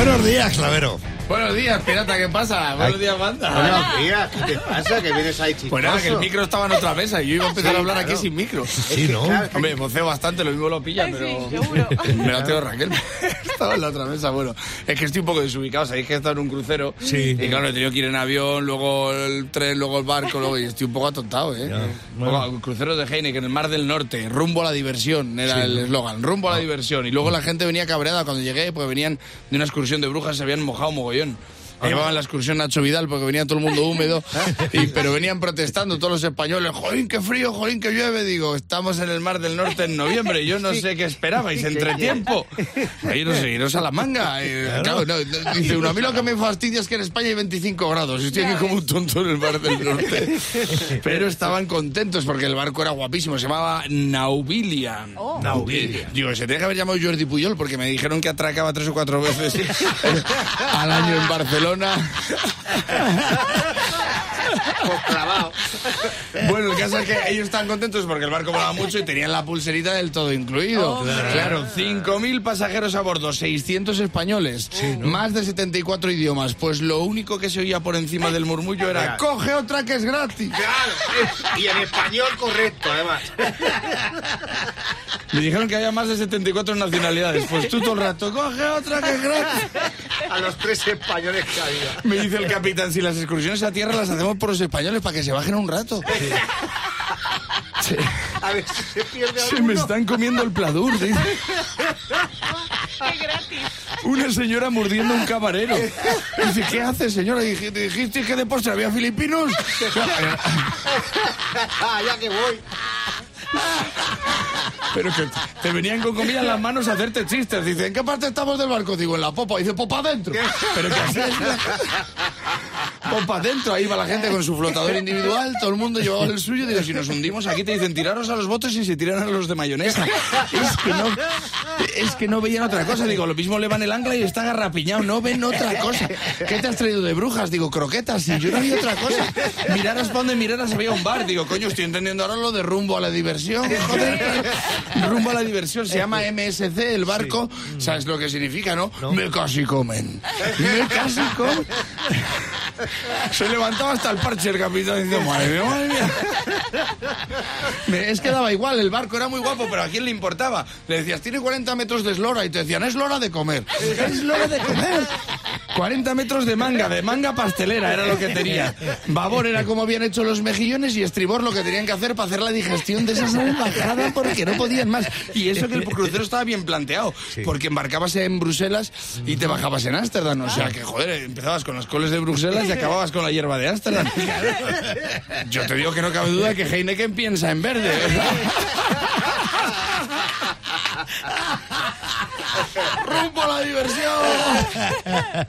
Buenos días, Clavero. Buenos días, pirata, ¿qué pasa? Buenos días, banda. Buenos días, ¿qué te pasa? Que vienes ahí chistoso. Pues nada, que el micro estaba en otra mesa y yo iba a empezar a hablar aquí sin micro. Sí, ¿no? Hombre, voceo bastante, lo mismo lo pilla, pero... Sí, seguro. Me la tengo Raquel. Estaba en la otra mesa, bueno. Es que estoy un poco desubicado, sabéis que he estado en un crucero. Sí. Y claro, he tenido que ir en avión, luego el tren, luego el barco, luego... Y estoy un poco atontado, ¿eh? Ya, Luego, el crucero de Heineken, en el Mar del Norte, rumbo a la diversión, era el eslogan, rumbo a la diversión. Y luego la gente venía cabreada cuando llegué, pues venían de una excursión de brujas, se habían mojado mogollón. Llevaban la excursión Nacho Vidal porque venía todo el mundo húmedo, pero venían protestando todos los españoles. ¡Jolín, qué frío! ¡Jolín, qué llueve! Digo, estamos en el Mar del Norte en noviembre. Yo no sé qué esperabais, entretiempo. Iros a la manga. Claro, no, dice uno, a mí lo que me fastidia es que en España hay 25 grados. Y estoy aquí como un tonto en el Mar del Norte. Pero estaban contentos porque el barco era guapísimo. Se llamaba Naubilia. Naubilia. Digo, se tenía que haber llamado Jordi Puyol porque me dijeron que atracaba 3 o 4 veces al año en Barcelona. Bueno, el caso es que ellos están contentos porque el barco volaba mucho y tenían la pulserita del todo incluido. Claro, 5.000 pasajeros a bordo, 600 españoles, más de 74 idiomas. Pues lo único que se oía por encima del murmullo era ¡coge otra que es gratis! Claro, y en español correcto, además. Me dijeron que había más de 74 nacionalidades. Pues tú todo el rato, ¡coge otra que es gratis! A los 3 españoles que había. Me dice el capitán, si las excursiones a tierra las hacemos por los españoles para que se bajen un rato. Sí. A ver si se pierde Se alguno. me están comiendo el pladur. ¿Sí? ¡Qué gratis! Una señora mordiendo un camarero. Dice, ¿qué hace, señora? ¿Dijiste que de postre había filipinos? Ya que voy. Pero que te venían con comida en las manos a hacerte chistes. Dice, ¿en qué parte estamos del barco? Digo, en la popa. Dice, popa adentro. Pero que así es. Popa adentro. Ahí va la gente con su flotador individual. Todo el mundo llevaba el suyo. Digo, si nos hundimos aquí te dicen, tiraros a los botes y se tiran a los de mayonesa. Es que no veían otra cosa. Digo, lo mismo le van el ancla y está agarrapiñado. No ven otra cosa. ¿Qué te has traído de brujas? Digo, croquetas. Y yo no vi otra cosa. Miraras para donde miraras había un bar. Digo, coño, estoy entendiendo ahora lo de rumbo a la diversión. Joder. Rumbo a la diversión. Se llama MSC, el barco. ¿Sabes lo que significa, no? Me casi comen. Me casi comen. Se levantaba hasta el parche el capitán diciendo, madre mía. Es que daba igual, el barco era muy guapo, pero ¿a quién le importaba? Le decías, tiene 40 metros de eslora, y te decían, es lora de comer. Es lora de comer. 40 metros de manga pastelera era lo que tenía. Babor era como habían hecho los mejillones y estribor lo que tenían que hacer para hacer la digestión de esa salvajada porque no podían más. Y eso que el crucero estaba bien planteado, porque embarcabas en Bruselas y te bajabas en Ámsterdam. O sea que, joder, empezabas con las coles de Bruselas y acababas con la hierba de Ámsterdam. Yo te digo que no cabe duda que Heineken piensa en verde. ¡Rumbo a la diversión!